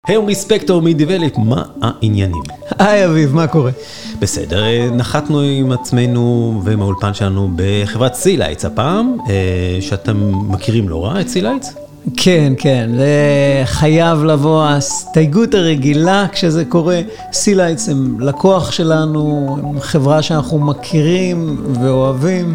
היי עומרי ספקטור מ-Develop, מה העניינים? היי אביב, מה קורה? בסדר, נחתנו עם עצמנו ועם האולפן שלנו בחברת סילייטס הפעם, שאתם מכירים לא רע את סילייטס? כן, זה חייב לבוא ההסתייגות הרגילה כשזה קורה. סילייטס הם לקוח שלנו, הם חברה שאנחנו מכירים ואוהבים,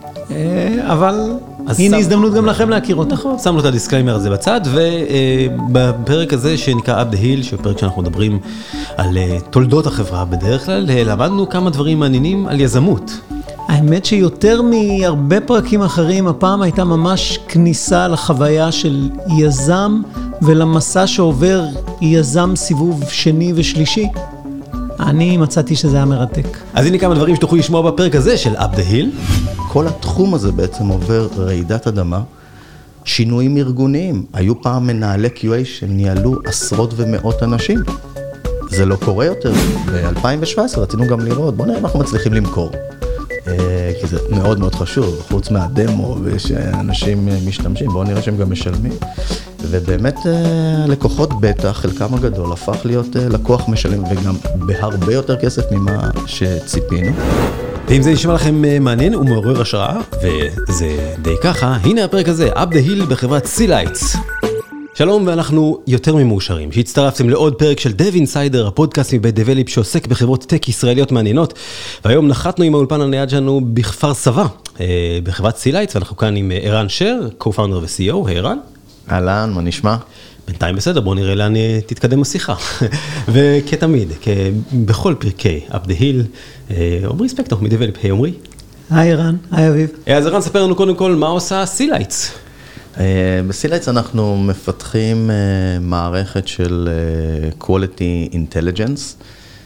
אבל הנה הזדמנות גם לכם להכיר אותה. נכון, שמנו את הדיסקליימר הזה בצד, ובפרק הזה שנקרא Up the Hill, שפרק שאנחנו מדברים על תולדות החברה בדרך כלל, למדנו כמה דברים מעניינים על יזמות. האמת שיותר מהרבה פרקים אחרים, הפעם הייתה ממש כניסה לחוויה של יזם, ולמסע שעובר יזם סיבוב שני ושלישי. אני מצאתי שזה היה מרתק. אז הנה כמה דברים שתוכלו לשמוע בפרק הזה של Up the Hill. כל התחום הזה בעצם עובר רעידת אדמה, שינויים ארגוניים. היו פעם מנהלי QA שניהלו עשרות ומאות אנשים. זה לא קורה יותר. ב-2017 רצינו גם לראות, בוא נראה אם אנחנו מצליחים למכור. כי זה מאוד מאוד חשוב, חוץ מהדמו ושאנשים משתמשים, בואו נראה שהם גם משלמים. ובאמת לקוחות בטח, חלקם הגדול, הפך להיות לקוח משלם וגם בהרבה יותר כסף ממה שציפינו. ואם זה נשמע לכם מעניין ומעורר השראה, וזה די ככה, הנה הפרק הזה, Up the Hill בחברת סילייטס. שלום, ואנחנו יותר ממאושרים, שהצטרפתם לעוד פרק של Dev Insider, הפודקאסט מבית Develop שעוסק בחברות טק ישראליות מעניינות, והיום נחתנו עם האולפן הנייד שלנו בכפר סבא, בחברת סילייטס, ואנחנו כאן עם ערן שר, co-founder ו-CEO, היי ערן. אהלן, מה נשמע? בינתיים בסדר, בואו נראה לאן תתקדם השיחה. וכתמיד, בכל פרקי Up the Hill, עומרי ספקטור מ-Develop, היי עומרי. היי ערן, היי אביב. אז ערן, ספר לנו קודם כל מה עושה סילייטס. בסילייטס אנחנו מפתחים מערכת של Quality Intelligence.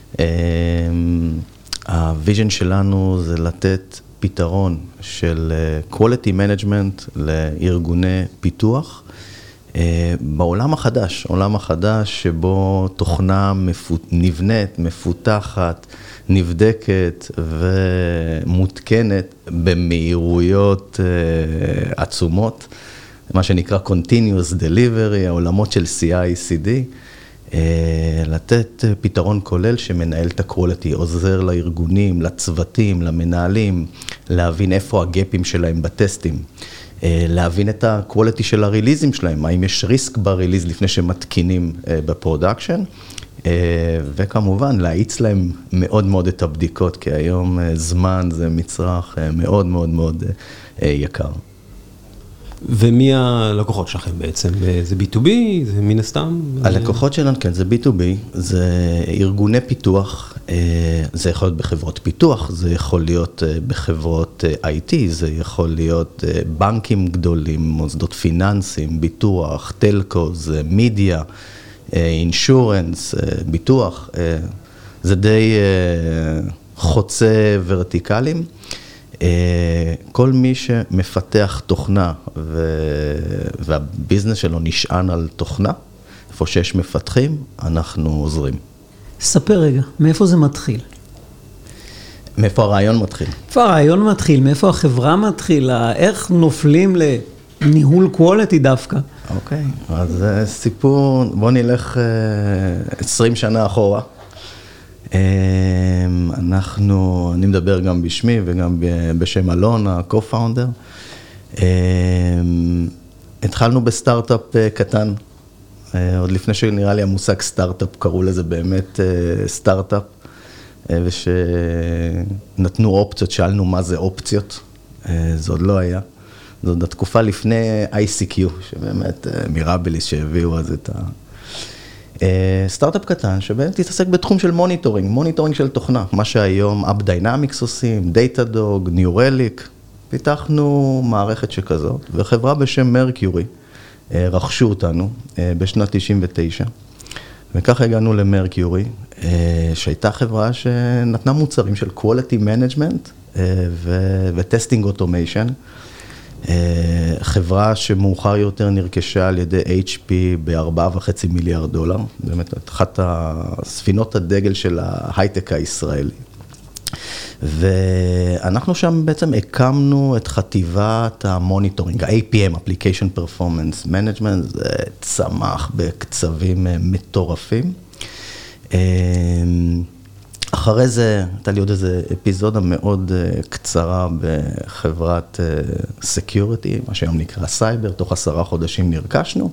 הוויז'ן שלנו זה לתת פתרון של Quality Management לארגוני פיתוח. בעולם החדש, עולם החדש שבו תוכנה נבנית, מפותחת, נבדקת ומותקנת במהירויות עצומות. מה שנקרא Continuous Delivery, העולמות של CI/CD, לתת פתרון כולל שמנהל את ה-quality, עוזר לארגונים, לצוותים, למנהלים, להבין איפה הגאפים שלהם בטסטים, להבין את ה-quality של הריליזים שלהם, האם יש ריסק בריליז לפני שמתקינים בפרודקשן, וכמובן להאיץ להם מאוד מאוד את הבדיקות, כי היום זמן זה מצרך מאוד מאוד מאוד יקר. ומי הלקוחות שלכם בעצם? זה B2B? זה מן הסתם? הלקוחות שלנו, כן, זה B2B, זה ארגוני פיתוח, זה יכול להיות בחברות פיתוח, זה יכול להיות בחברות IT, זה יכול להיות בנקים גדולים, מוסדות פיננסים, ביטוח, טלקוז, מדיה, אינשורנס, ביטוח, זה די חוצה ורטיקלים. כל מי שמפתח תוכנה והביזנס שלו נשען על תוכנה, איפה שיש מפתחים, אנחנו עוזרים. ספר רגע, מאיפה זה מתחיל? מאיפה הרעיון מתחיל? מאיפה הרעיון מתחיל? מאיפה החברה מתחילה? איך נופלים לניהול quality דווקא? אוקיי, אז סיפור, בוא נלך 20 שנה אחורה. אני מדבר גם בשמי וגם בשם אלון, ה-co-founder. התחלנו בסטארט-אפ קטן, עוד לפני שנראה לי המושג סטארט-אפ, קראו לזה באמת סטארט-אפ, ושנתנו אופציות, שאלנו מה זה אופציות, זה עוד לא היה. זאת התקופה לפני ICQ, שבאמת מירביליס שהביאו אז את סטארט-אפ קטן שבאמת תתעסק בתחום של מוניטורינג של תוכנה, מה שהיום AppDynamics עושים, Datadog, New Relic, פיתחנו מערכת שכזאת, וחברה בשם מרקיורי רכשו אותנו בשנת 99, וכך הגענו למרקיורי, שהייתה חברה שנתנה מוצרים של Quality Management ו-Testing Automation, חברה שמאוחר יותר נרכשה על ידי HP ב$4.5 מיליארד, באמת אחת הספינות הדגל של ההייטק הישראלי. ואנחנו שם בעצם הקמנו את חטיבת המוניטורינג, ה-APM, Application Performance Management, זה צמח בקצבים מטורפים. אחרי זה, הייתה לי עוד איזו אפיזודה מאוד קצרה בחברת סקיוריטי, מה שהיום נקרא סייבר, תוך 10 חודשים נרכשנו,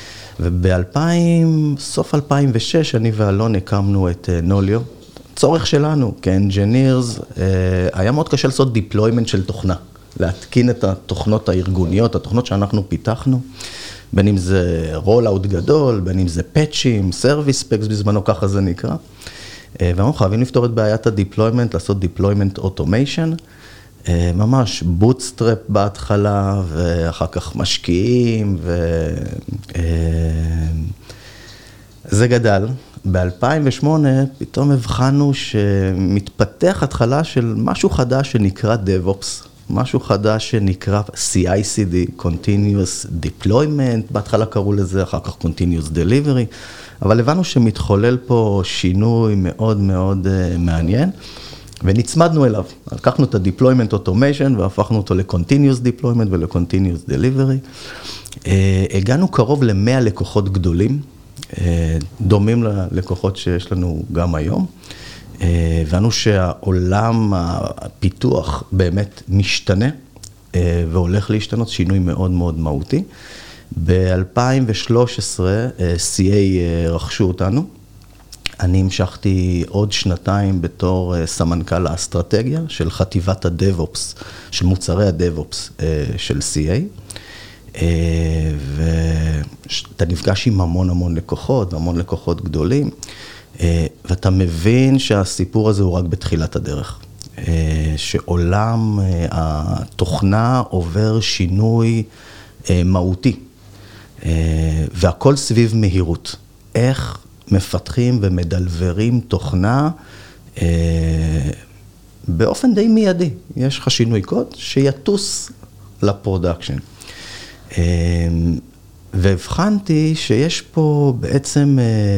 סוף 2006, אני ואלון הקמנו את נוליו. צורך שלנו, כאנג'ינירס, היה מאוד קשה לעשות דיפלוימנט של תוכנה, להתקין את התוכנות הארגוניות, התוכנות שאנחנו פיתחנו, בין אם זה רול-אוט גדול, בין אם זה פאצ'ים, סרוויס פקס בזמנו, ככה זה נקרא. ואנחנו חייבים לפתור את בעיית הדיפלוימנט, לעשות דיפלוימנט אוטומיישן, ממש בוטסטראפ בהתחלה, ואחר כך משקיעים, זה גדל. ב-2008 פתאום הבחנו שמתפתח התחלה של משהו חדש שנקרא DevOps, משהו חדש שנקרא CI/CD, Continuous Deployment, בהתחלה קראו לזה, אחר כך Continuous Delivery, אבל הבנו שמתחולל פה שינוי מאוד מאוד מעניין, ונצמדנו אליו. לקחנו את ה-Deployment Automation והפכנו אותו ל-Continuous Deployment ול-Continuous Delivery. הגענו קרוב ל-100 לקוחות גדולים, דומים ללקוחות שיש לנו גם היום. הבנו שהעולם הפיתוח באמת משתנה, והולך להשתנות שינוי מאוד מאוד מהותי. ב-2013 CA רכשו אותנו. אני המשכתי עוד 2 בתור סמנכ"ל האסטרטגיה של חטיבת הדב-אופס, של מוצרי הדב-אופס של CA. ואתה נפגש עם המון לקוחות, המון לקוחות גדולים, ואתה מבין שהסיפור הזה הוא רק בתחילת הדרך. שעולם התוכנה עובר שינוי מהותי, והכל סביב מהירות. איך מפתחים ומדלברים תוכנה באופן די מיידי. יש לך שינוי קוד שיטוס לפרודקשן. והבחנתי שיש פה בעצם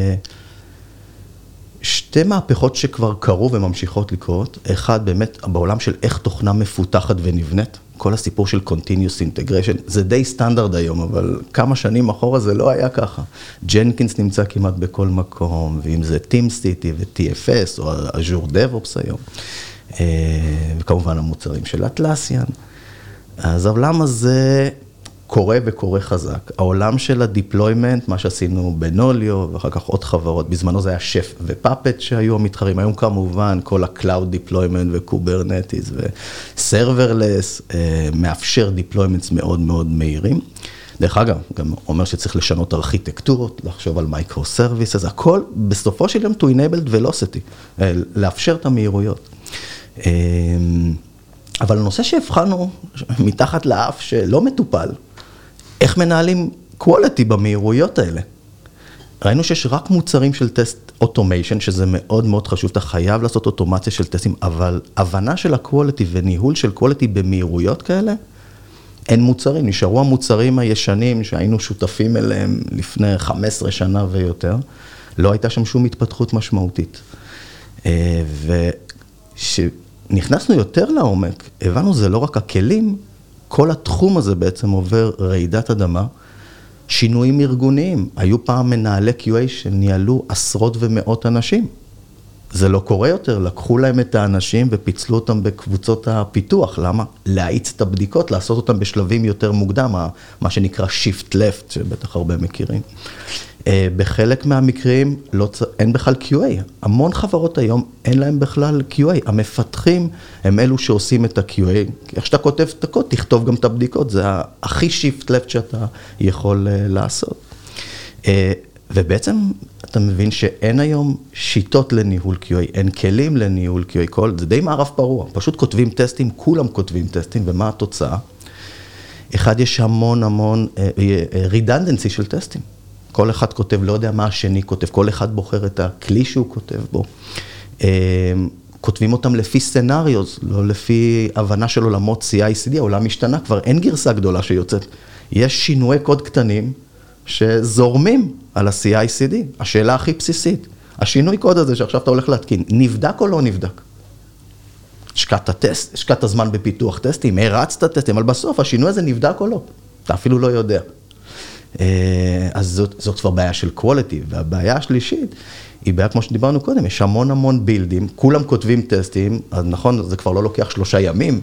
2 מהפכות שכבר קרו וממשיכות לקרות. אחד באמת בעולם של איך תוכנה מפותחת ונבנית. כל הסיפור של Continuous Integration, זה די סטנדרט היום, אבל כמה שנים אחורה זה לא היה ככה. ג'נקינס נמצא כמעט בכל מקום, ואם זה TeamCity ו-TFS או Azure DevOps היום, וכמובן המוצרים של Atlassian. אז העולם הזה קורה וקורה חזק. העולם של הדיפלוימנט, מה שעשינו בנוליו, ואחר כך עוד חברות, בזמנו זה היה שף ופאפט שהיו המתחרים, היום כמובן כל ה-Cloud Deployment וקוברנטיס וסרברלס, מאפשר דיפלוימנטס מאוד מאוד מהירים. דרך אגב, גם אומר שצריך לשנות ארכיטקטורות, לחשוב על מיקרו-סרוויס, הכל בסופו של יום to enabled velocity, לאפשר את המהירויות. אבל הנושא שהבחנו מתחת לאף שלא מטופל, איך מנהלים quality במהירויות האלה. ראינו שיש רק מוצרים של טסט אוטומיישן, שזה מאוד מאוד חשוב, אתה חייב לעשות אוטומציה של טסטים, אבל הבנה של ה-quality וניהול של quality במהירויות כאלה, אין מוצרים, נשארו המוצרים הישנים שהיינו שותפים אליהם לפני 15 שנה ויותר, לא הייתה שם שום התפתחות משמעותית. נכנסנו יותר לעומק, הבנו זה לא רק הכלים, כל התחום הזה בעצם עובר רעידת אדמה, שינויים ארגוניים. היו פעם מנהלי QA שניהלו עשרות ומאות אנשים. זה לא קורה יותר, לקחו להם את האנשים ופיצלו אותם בקבוצות הפיתוח. למה? להאיץ את הבדיקות, לעשות אותם בשלבים יותר מוקדם, מה שנקרא shift left, שבטח הרבה מכירים. בחלק מהמקרים אין בכלל QA. המון חברות היום אין להם בכלל QA. המפתחים הם אלו שעושים את ה-QA. איך שאתה כותב את הקוד, תכתוב גם את הבדיקות. זה הכי shift left שאתה יכול לעשות. ובעצם אתה מבין שאין היום שיטות לניהול QA, אין כלים לניהול QA, זה די מערב פרוע. פשוט כותבים טסטים, כולם כותבים טסטים, ומה התוצאה? אחד, יש המון redundancy של טסטים. כל אחד כותב, לא יודע מה השני כותב, כל אחד בוחר את הכלי שהוא כותב בו. כותבים אותם לפי סצנריוז, לא לפי הבנה של עולמות CI/CD, העולם משתנה, כבר אין גרסה גדולה שיוצאת. יש שינויי קוד קטנים שזורמים על ה-CI/CD, השאלה הכי בסיסית. השינוי קוד הזה שעכשיו אתה הולך להתקין, נבדק או לא נבדק? השקעת זמן בפיתוח טסטים, הרצת טסטים, אבל בסוף השינוי הזה נבדק או לא, אתה אפילו לא יודע. אז זאת כבר בעיה של quality, והבעיה השלישית היא בעיה כמו שדיברנו קודם, יש המון בילדים, כולם כותבים טסטים, אז נכון, זה כבר לא לוקח 3 ימים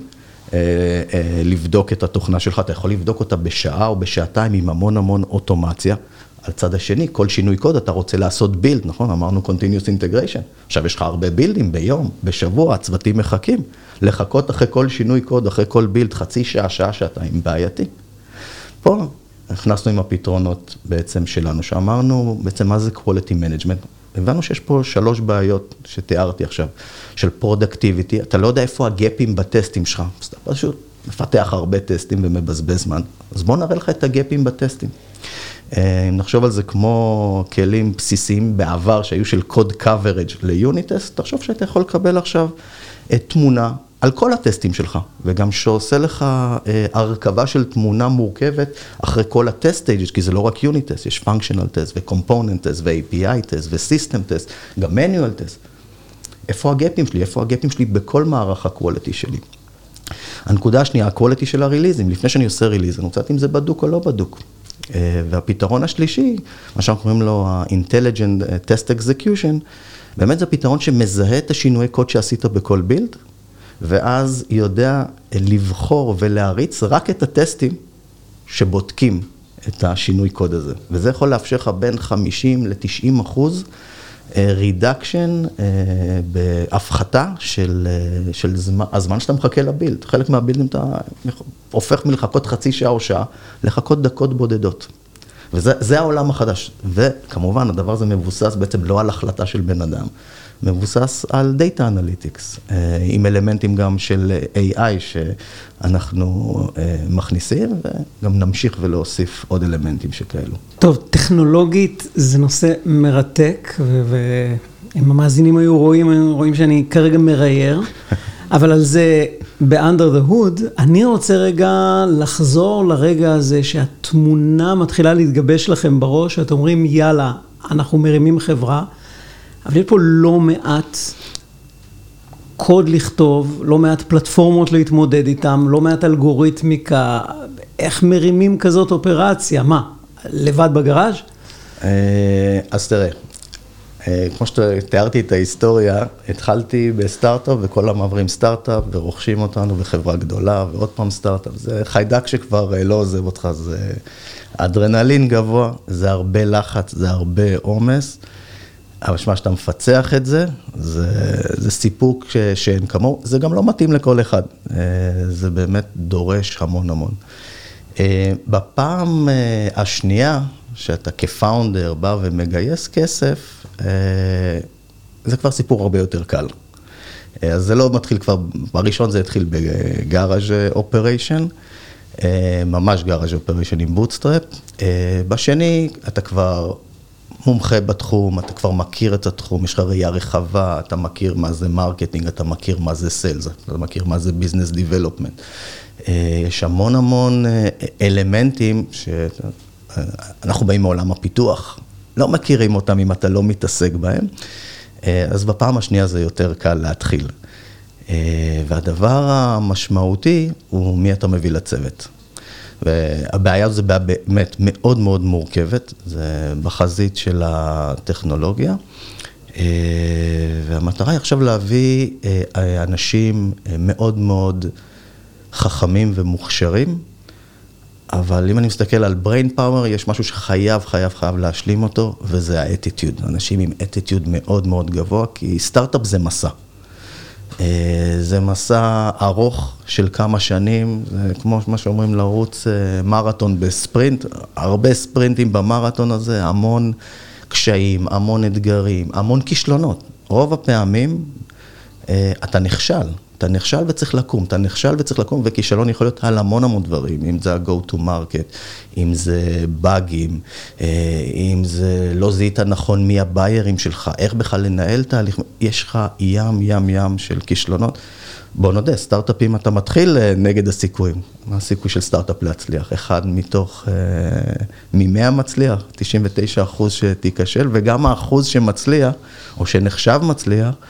לבדוק את התוכנה שלך, אתה יכול לבדוק אותה בשעה או בשעתיים עם המון אוטומציה. על צד השני, כל שינוי קוד אתה רוצה לעשות בילד, נכון? אמרנו continuous integration. עכשיו יש לך הרבה בילדים ביום, בשבוע, הצוותים מחכים. לחכות אחרי כל שינוי קוד, אחרי כל בילד, חצי שעה, שעתיים, בעייתי. פה הכנסנו עם הפתרונות בעצם שלנו, שאמרנו בעצם מה זה quality management. הבנו שיש פה 3 בעיות שתיארתי עכשיו, של productivity, אתה לא יודע איפה הגאפים בטסטים שלך, אז אתה פשוט מפתח הרבה טסטים ומבזבז זמן. אז בוא נראה לך את הגאפים בטסטים. אם נחשוב על זה כמו כלים בסיסיים בעבר שהיו של קוד coverage ליוניטסט, תחשוב שאתה יכול לקבל עכשיו תמונה על כל הטסטים שלך, וגם שעושה לך הרכבה של תמונה מורכבת אחרי כל הטסט stages, כי זה לא רק יוניטסט, יש functional test ו-component test ו-API test ו-system test, גם manual test. איפה הגאפים שלי? איפה הגאפים שלי בכל מערך ה-quality שלי? הנקודה השנייה, ה-quality של הריליזים, לפני שאני עושה ריליז, אני רוצה אם זה בדוק או לא בדוק. והפתרון השלישי, מה שאנחנו קוראים לו ה-Intelligent Test Execution, באמת זה פתרון שמזהה את השינוי קוד שעשית בכל בילד, ואז יודע לבחור ולהריץ רק את הטסטים שבודקים את השינוי קוד הזה. וזה יכול לאפשר לך בין 50-90% רידקשן בהפחתה של הזמן שאתה מחכה לבילד. חלק מהבילדים אתה הופך מלחכות חצי שעה או שעה, לחכות דקות בודדות. וזה העולם החדש. וכמובן, הדבר הזה מבוסס בעצם לא על החלטה של בן אדם, מבוסס על Data Analytics, עם אלמנטים גם של AI שאנחנו מכניסים, וגם נמשיך ולהוסיף עוד אלמנטים שכאלו. טוב, טכנולוגית זה נושא מרתק, ואם המאזינים היו רואים שאני כרגע מראייר, אבל על זה ב-under the hood, אני רוצה רגע לחזור לרגע הזה שהתמונה מתחילה להתגבש לכם בראש, שאתם אומרים יאללה, אנחנו מרימים חברה, אבל יש פה לא מעט קוד לכתוב, לא מעט פלטפורמות להתמודד איתם, לא מעט אלגוריתמיקה, איך מרימים כזאת אופרציה? מה, לבד בגראז'? אז תראה, כמו שתיארתי את ההיסטוריה, התחלתי בסטארט-אפ וכל המעברים סטארט-אפ ורוכשים אותנו בחברה גדולה ועוד פעם סטארט-אפ. זה חיידק שכבר לא עוזב אותך, זה אדרנלין גבוה, זה הרבה לחץ, זה הרבה עומס. אבל שמה שאתה מפצח את זה, זה סיפוק שאין כמוהו, זה גם לא מתאים לכל אחד, זה באמת דורש המון. בפעם השנייה, שאתה כפאונדר בא ומגייס כסף, זה כבר סיפור הרבה יותר קל. אז זה לא מתחיל כבר, בראשון זה התחיל בגאראז' אופריישן, ממש גאראז' אופריישן עם בוטסטראפ, בשני אתה כבר מומחה בתחום, אתה כבר מכיר את התחום, יש לך ראייה רחבה, אתה מכיר מה זה מרקטינג, אתה מכיר מה זה סיילס, אתה מכיר מה זה ביזנס דיבלופמנט. יש המון אלמנטים שאנחנו באים מעולם הפיתוח, לא מכירים אותם אם אתה לא מתעסק בהם, אז בפעם השנייה זה יותר קל להתחיל. והדבר המשמעותי הוא מי אתה מביא לצוות. והבעיה הזו זה באמת מאוד מורכבת, זה בחזית של הטכנולוגיה, והמטרה היא עכשיו להביא אנשים מאוד חכמים ומוכשרים, אבל אם אני מסתכל על brain power, יש משהו שחייב להשלים אותו, וזה האטיטיוד. אנשים עם אטיטיוד מאוד גבוה, כי סטארט-אפ זה מסע. זה מסע ארוך של כמה שנים, זה כמו מה שאומרים לרוץ מרתון בספרינט, הרבה ספרינטים במרתון הזה, המון קשיים, המון אתגרים, המון כישלונות. רוב הפעמים אתה נכשל וצריך לקום, וכישלון יכול להיות על המון דברים, אם זה ה-go to market, אם זה באגים, אם זה לא זיהית נכון מי הביירים שלך, איך בכלל לנהל תהליך, יש לך ים של כישלונות. בוא נודה, סטארט-אפים אתה מתחיל נגד הסיכויים, מה הסיכוי של סטארט-אפ להצליח? 1 מתוך 100 מצליח, 99% שתיכשל, וגם האחוז שמצליח, או שנחשב מצליח,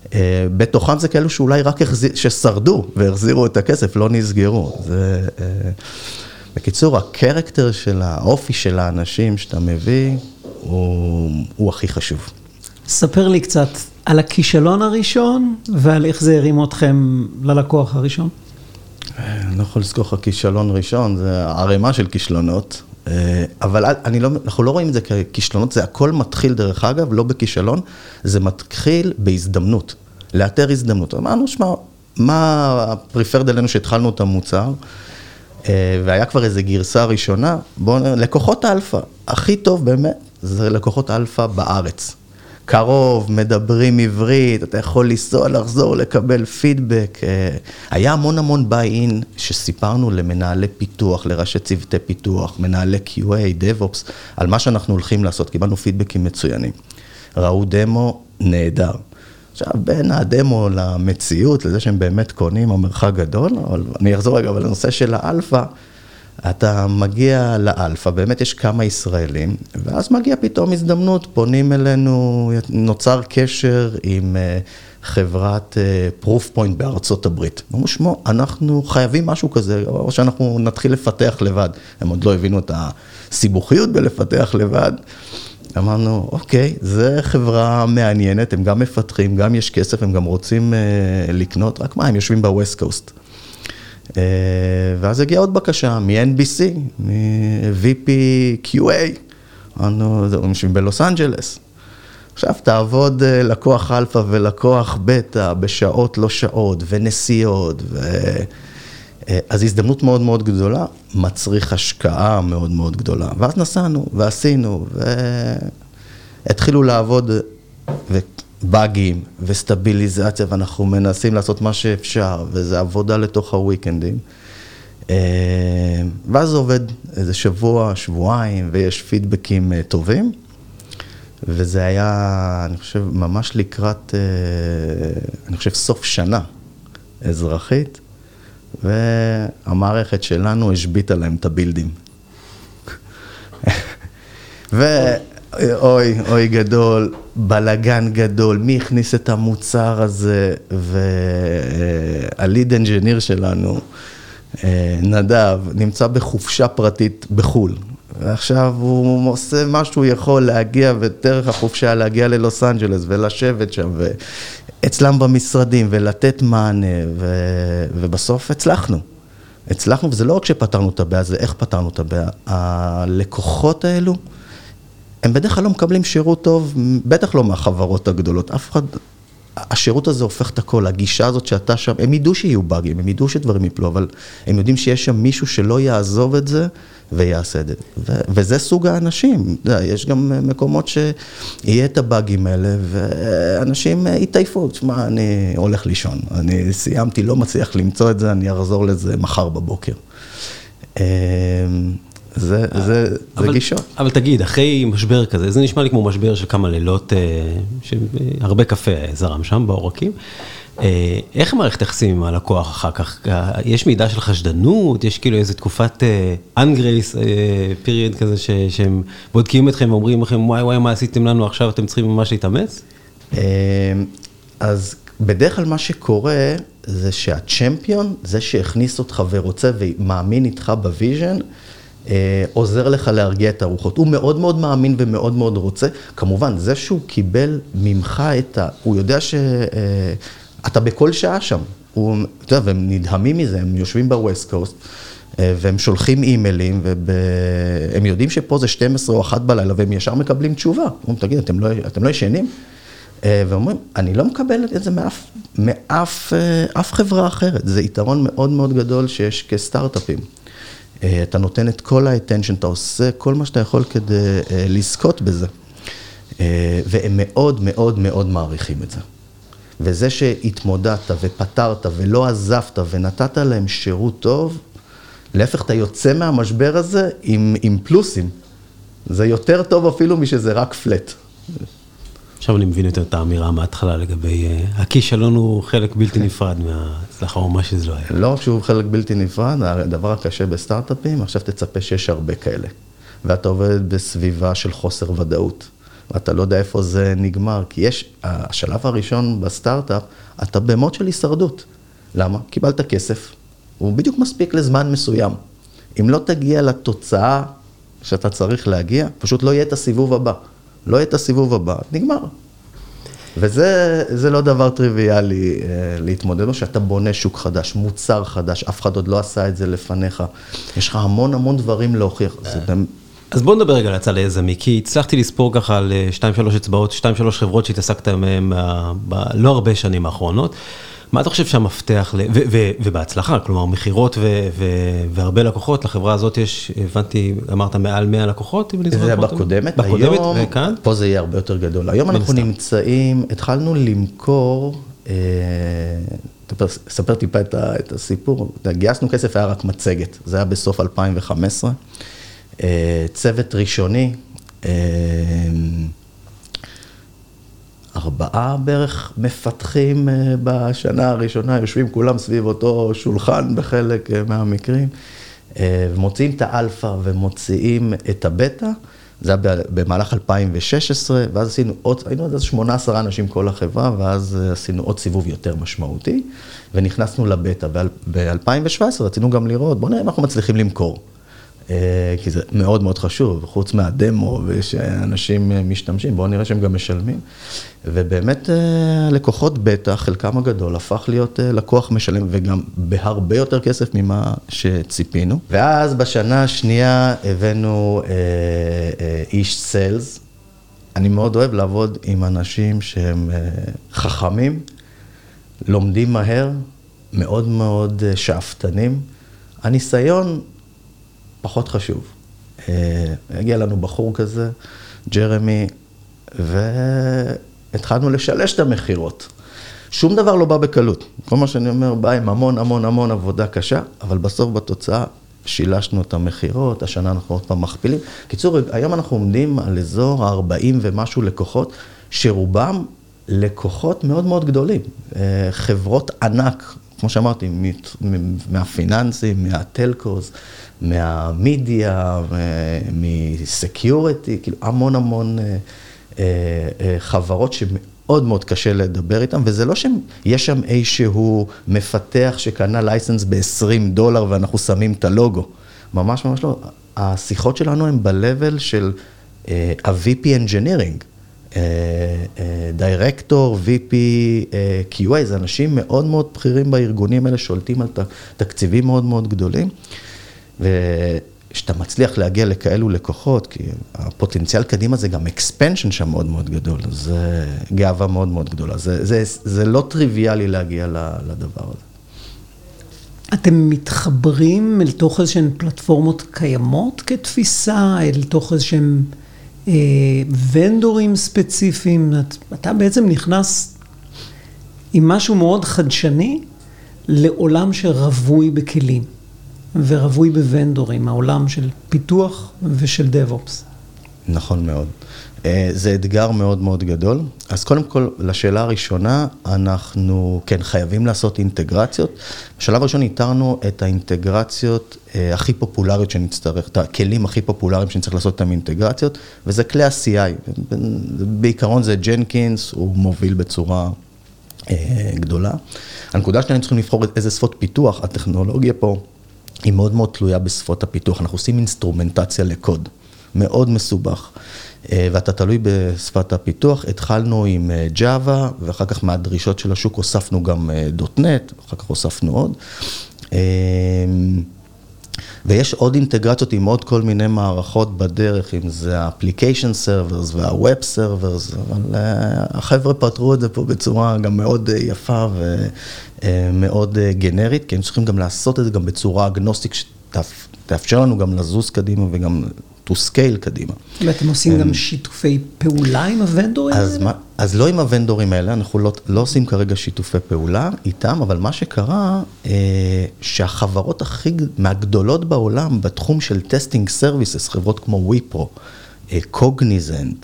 בתוכם זה כאלו שאולי רק ששרדו והחזירו את הכסף, לא נסגרו. זה, בקיצור, הקרקטר של האופי של האנשים שאתה מביא, הוא הכי חשוב. ספר לי קצת על הכישלון הראשון, ועל איך זה הרים אתכם ללקוח הראשון. אני לא יכול לזכור הכישלון ראשון, זה ערימה של כישלונות, אבל אנחנו לא רואים את זה ככישלונות, זה הכל מתחיל דרך אגב, לא בכישלון, זה מתחיל בהזדמנות, לאתר הזדמנות. אמרנו, שמה, מה הפריפרד אלינו שהתחלנו את המוצר, והיה כבר איזו גרסה ראשונה, לקוחות אלפא, הכי טוב באמת, זה לקוחות אלפא בארץ. קרוב, מדברים עברית, אתה יכול לנסוע, לחזור, לקבל פידבק. היה המון ביי-אין שסיפרנו למנהלי פיתוח, לראשי צוותי פיתוח, מנהלי QA, DevOps, על מה שאנחנו הולכים לעשות, קיבלנו פידבקים מצוינים. ראו דמו נהדר. עכשיו, בין הדמו למציאות, לזה שהם באמת קונים, המרחק גדול, אבל אני אחזור רגע, אבל הנושא של האלפא, אתה מגיע לאלפא, באמת יש כמה ישראלים, ואז מגיע פתאום הזדמנות, פונים אלינו, נוצר קשר עם חברת proof point בארצות הברית. אמרו, שמו, אנחנו חייבים משהו כזה, או שאנחנו נתחיל לפתח לבד. הם עוד לא הבינו את הסיבוכיות בלפתח לבד. אמרנו, אוקיי, זה חברה מעניינת, הם גם מפתחים, גם יש כסף, הם גם רוצים לקנות, רק מה, הם יושבים בווסט קוסט. ואז הגיעה עוד בקשה מ-NBC, מ-VP QA, אנחנו יושבים בלוס אנג'לס. עכשיו תעבוד לקוח אלפא ולקוח בטא בשעות לא שעות ונסיעות, אז הזדמנות מאוד מאוד גדולה, מצריך השקעה מאוד מאוד גדולה. ואז נסענו ועשינו והתחילו לעבוד ובאגים וסטביליזציה, ואנחנו מנסים לעשות מה שאפשר, וזה עבודה לתוך הוויקנדים. ואז זה עובד איזה שבוע, שבועיים, ויש פידבקים טובים. וזה היה, אני חושב, ממש לקראת, אני חושב, סוף שנה אזרחית, והמערכת שלנו השביטה להם את הבילדים. ואוי גדול, בלגן גדול, מי הכניס את המוצר הזה, והליד אנג'יניר שלנו, נדב, נמצא בחופשה פרטית בחול. ועכשיו הוא עושה מה שהוא יכול להגיע, ודרך החופשה להגיע ללוס אנג'לס ולשבת שם, ואצלם במשרדים ולתת מענה, ובסוף הצלחנו, וזה לא רק שפתרנו את הבעיה, זה איך פתרנו את הבעיה. הלקוחות האלו, הם בדרך כלל לא מקבלים שירות טוב, בטח לא מהחברות הגדולות, אף אחד, השירות הזה הופך את הכל, הגישה הזאת שאתה שם, הם ידעו שיהיו באגים, הם ידעו שדברים יפלו, אבל הם יודעים שיש שם מישהו שלא יעזוב את זה, ויעשה את זה. וזה סוג האנשים. יש גם מקומות שיהיה את הבאגים האלה, ואנשים יתעייפו. תשמע, אני הולך לישון. אני סיימתי, לא מצליח למצוא את זה, אני אחזור לזה מחר בבוקר. זה גישות. אבל תגיד, אחרי משבר כזה, זה נשמע לי כמו משבר של כמה לילות, שהרבה קפה זרם שם בעורקים. איך מערכת יחסים עם הלקוח אחר כך? יש מידע של חשדנות? יש כאילו איזו תקופת אנגרייס פיריוד כזה שהם בודקים אתכם ואומרים לכם, וואי, מה עשיתם לנו עכשיו, אתם צריכים ממש להתאמץ? אז בדרך כלל מה שקורה זה שהצ'מפיון, זה שהכניס אותך ורוצה ומאמין איתך בוויז'ן, עוזר לך להרגיע את הרוחות. הוא מאוד מאוד מאמין ומאוד מאוד רוצה. כמובן, זה שהוא קיבל ממך הוא יודע שאתה בכל שעה שם. אתה יודע, והם נדהמים מזה, הם יושבים בווסט קוסט, והם שולחים אימיילים, והם יודעים שפה זה 12 או 1 בלילה, והם ישר מקבלים תשובה. אומרים, תגיד, אתם לא ישנים? ואומרים, אני לא מקבל את זה מאף חברה אחרת. זה יתרון מאוד מאוד גדול שיש כסטארט-אפים. אתה נותן את כל ה-attention, אתה עושה כל מה שאתה יכול כדי לזכות בזה. והם מאוד מאוד מאוד מעריכים את זה. וזה שהתמודדת ופתרת ולא עזבת ונתת להם שירות טוב, להפך אתה יוצא מהמשבר הזה עם פלוסים. זה יותר טוב אפילו משזה רק פלט. עכשיו אני מבין יותר את האמירה מההתחלה לגבי, הכישלון הוא חלק בלתי נפרד מההצלחה או מה שזה לא היה. לא שהוא חלק בלתי נפרד, הדבר הקשה בסטארט-אפים, עכשיו תצפה שיש הרבה כאלה. ואתה עובד בסביבה של חוסר ודאות. ואתה לא יודע איפה זה נגמר, כי יש, השלב הראשון בסטארט-אפ, אתה במוד של הישרדות. למה? קיבלת כסף, הוא בדיוק מספיק לזמן מסוים. אם לא תגיע לתוצאה שאתה צריך להגיע, פשוט לא יהיה את הסיבוב הבא. לא יהיה את הסיבוב הבא, נגמר. וזה לא דבר טריוויאלי להתמודד לו, שאתה בונה שוק חדש, מוצר חדש, אף אחד עוד לא עשה את זה לפניך. יש לך המון המון דברים להוכיח. אז בוא נדבר רגע על הצד היזמי, כי הצלחתי לספור ככה על 2-3 אצבעות, 2-3 חברות שהתעסקת מהן לא הרבה שנים האחרונות. מה אתה חושב שהמפתח, ובהצלחה, כלומר, מחירות והרבה לקוחות, לחברה הזאת יש, הבנתי, אמרת מעל 100 לקוחות, זה בקודמת, היום, פה זה יהיה הרבה יותר גדול. היום אנחנו נמצאים, התחלנו למכור, ספר טיפה את הסיפור, גייסנו כסף, היה רק מצגת, זה היה בסוף 2015, צוות ראשוני, 4 בערך מפתחים בשנה הראשונה, יושבים כולם סביב אותו שולחן בחלק מהמקרים, ומוציאים את האלפא ומוציאים את הבטא, זה היה במהלך 2016, ואז עשינו עוד, היינו עוד 18 אנשים כל החברה, ואז עשינו עוד סיבוב יותר משמעותי, ונכנסנו לבטא, ב-2017 רצינו גם לראות, בוא נראה אם אנחנו מצליחים למכור. כי זה מאוד מאוד חשוב, חוץ מהדמו ושאנשים משתמשים, בואו נראה שהם גם משלמים. ובאמת לקוחות בטא, חלקם הגדול, הפך להיות לקוח משלם, וגם בהרבה יותר כסף ממה שציפינו. ואז בשנה השנייה הבאנו איש סיילס. אני מאוד אוהב לעבוד עם אנשים שהם חכמים, לומדים מהר, מאוד מאוד שאפתנים. הניסיון פחות חשוב. הגיע לנו בחור כזה, ג'רמי, והתחלנו לשלש את המחירות. שום דבר לא בא בקלות. כל מה שאני אומר, בא עם המון המון המון עבודה קשה, אבל בסוף בתוצאה שילשנו את המחירות, השנה אנחנו עוד פעם מכפילים. קיצור, היום אנחנו עומדים על אזור 40 ומשהו לקוחות, שרובם לקוחות מאוד מאוד גדולים. חברות ענק, כמו שאמרתי, מהפיננסים, מהטלקוס, מהמידיה, מסקיוריטי, כאילו המון המון חברות שמאוד מאוד קשה לדבר איתן, וזה לא שיש שם איזשהו מפתח שקנה לייסנס $20 ואנחנו שמים את הלוגו. ממש ממש לא. השיחות שלנו הן בלבל של ה-VP Engineering. דירקטור, VP, QA, זה אנשים מאוד מאוד בכירים בארגונים האלה, שולטים על תקציבים מאוד מאוד גדולים, ושאתה מצליח להגיע לכאלו לקוחות, כי הפוטנציאל קדימה זה גם expansion שם מאוד מאוד גדול, זה גאווה מאוד מאוד גדולה, זה לא טריוויאלי להגיע לדבר הזה. אתם מתחברים אל תוך איזשהן פלטפורמות קיימות כתפיסה, אל תוך איזשהם ונדורים ספציפיים, אתה בעצם נכנס עם משהו מאוד חדשני לעולם שרווי בכלים ורווי בוונדורים, העולם של פיתוח ושל DevOps. נכון מאוד. זה אתגר מאוד מאוד גדול. אז קודם כל, לשאלה הראשונה, אנחנו כן חייבים לעשות אינטגרציות. בשלב הראשון איתרנו את האינטגרציות הכי פופולריות שנצטרך, את הכלים הכי פופולריים שנצטרך לעשות איתם אינטגרציות, וזה כלי ה-CI. בעיקרון זה ג'נקינס, הוא מוביל בצורה גדולה. הנקודה שלנו צריכים לבחור איזה שפות פיתוח, הטכנולוגיה פה היא מאוד מאוד תלויה בשפות הפיתוח. אנחנו עושים אינסטרומנטציה לקוד, מאוד מסובך. ואתה תלוי בשפת הפיתוח, התחלנו עם Java, ואחר כך מהדרישות של השוק הוספנו גם .NET, אחר כך הוספנו עוד. ויש עוד אינטגרציות עם עוד כל מיני מערכות בדרך, אם זה ה-Application Servers וה-Web Servers, אבל החבר'ה פתרו את זה פה בצורה גם מאוד יפה ומאוד גנרית, כי הם צריכים גם לעשות את זה גם בצורה אגנוסטית, שתאפשר לנו גם לזוז קדימה וגם to scale קדימה. ואתם עושים גם שיתופי פעולה עם הוונדורים האלה? אז לא עם הוונדורים האלה, אנחנו לא עושים כרגע שיתופי פעולה איתם, אבל מה שקרה, שהחברות הכי מהגדולות בעולם, בתחום של טסטינג סרוויסס, חברות כמו וויפרו, קוגניזנט,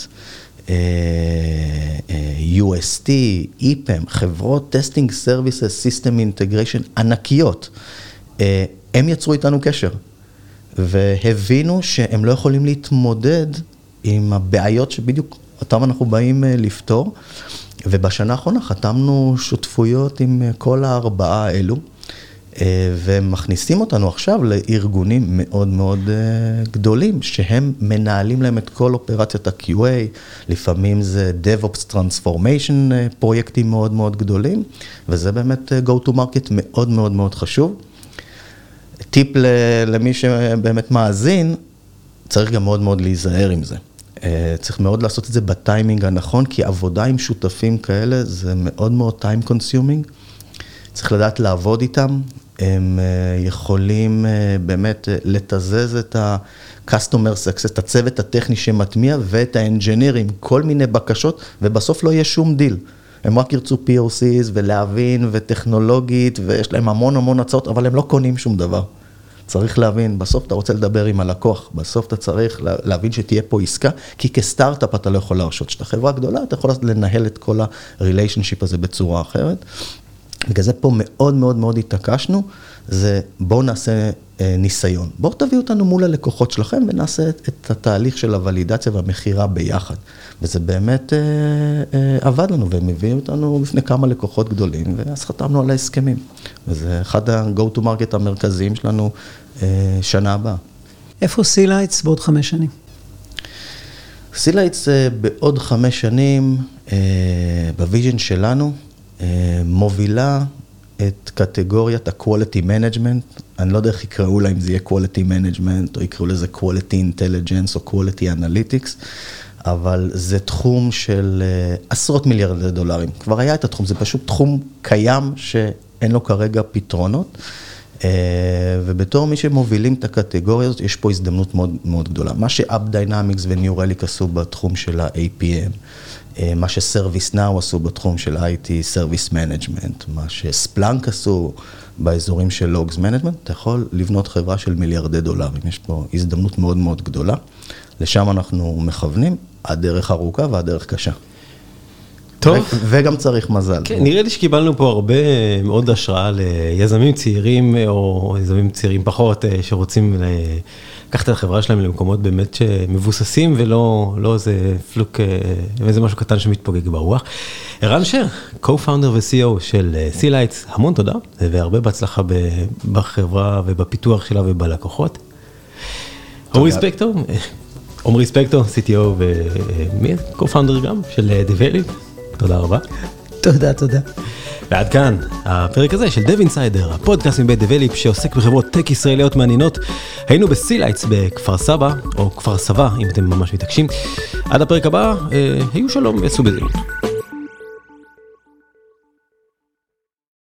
UST, EPAM, חברות טסטינג סרוויסס, סיסטם אינטגריישן ענקיות, הם יצרו איתנו קשר. והבינו שהם לא יכולים להתמודד עם הבעיות שבדיוק אותם אנחנו באים לפתור, ובשנה האחרונה חתמנו שותפויות עם כל 4 האלו, ומכניסים אותנו עכשיו לארגונים מאוד מאוד גדולים, שהם מנהלים להם את כל אופרציית ה-QA, לפעמים זה DevOps Transformation, פרויקטים מאוד מאוד גדולים, וזה באמת go to market מאוד מאוד מאוד חשוב. טיפ למי שבאמת מאזין, צריך גם מאוד מאוד להיזהר עם זה. צריך מאוד לעשות את זה בטיימינג הנכון, כי עבודה עם שותפים כאלה זה מאוד מאוד time consuming. צריך לדעת לעבוד איתם, הם יכולים באמת לתזז את ה-customer success, את הצוות הטכני שמטמיע ואת האנג'ינירים, כל מיני בקשות, ובסוף לא יהיה שום דיל. הם רק ירצו POCs ולהבין וטכנולוגית, ויש להם המון המון הצעות, אבל הם לא קונים שום דבר. צריך להבין, בסוף אתה רוצה לדבר עם הלקוח, בסוף אתה צריך להבין שתהיה פה עסקה, כי כסטארט-אפ אתה לא יכול להרשות. שאתה חברה גדולה, אתה יכול לנהל את כל ה-relationship הזה בצורה אחרת. בגלל זה פה מאוד מאוד מאוד התעקשנו, זה בואו נעשה ניסיון. בואו תביאו אותנו מול הלקוחות שלכם, ונעשה את התהליך של הוולידציה והמחירה ביחד. וזה באמת עבד לנו, והם הביאו אותנו בפני כמה לקוחות גדולים, ואז חתמנו על ההסכמים. וזה אחד ה-go to market המרכזיים שלנו שנה הבאה. איפה סילייטס בעוד 5 שנים? סילייטס בעוד 5 שנים, בוויז'ן שלנו, מובילה את קטגוריית ה-quality management, אני לא יודע איך יקראו לה אם זה יהיה quality management, או יקראו לזה quality intelligence, או quality analytics, אבל זה תחום של עשרות מיליארדי דולרים. כבר היה את התחום, זה פשוט תחום קיים שאין לו כרגע פתרונות, ובתור מי שמובילים את הקטגוריה הזאת, יש פה הזדמנות מאוד מאוד גדולה. מה ש-App Dynamics ו-New Relic עשו בתחום של ה-APM, מה ש-ServiceNow עשו בתחום של IT, Service Management, מה ש-Splunk עשו באזורים של Logs Management, אתה יכול לבנות חברה של מיליארדי דולרים. יש פה הזדמנות מאוד מאוד גדולה. לשם אנחנו מכוונים, הדרך ארוכה והדרך קשה. טוב. וגם צריך מזל. כן, נראה לי שקיבלנו פה הרבה מאוד השראה ליזמים צעירים, או יזמים צעירים פחות, שרוצים לקחת את החברה שלהם למקומות באמת שמבוססים, ולא איזה פלוק, איזה משהו קטן שמתפוגג ברוח. ערן שר, co-founder ו-CEO של סילייטס, המון תודה, והרבה בהצלחה בחברה ובפיתוח שלה ובלקוחות. עומרי ספקטור, CTO ומי? co-founder גם של דבליפ. תודה רבה. תודה. ועד כאן, הפרק הזה של Dev Insider, הפודקאסט מבית דבליפ שעוסק בחברות טק ישראליות מעניינות. היינו בסילייטס בכפר סבא, או כפר סבא, אם אתם ממש מתעקשים. עד הפרק הבא, היו שלום ועשו בזהירות.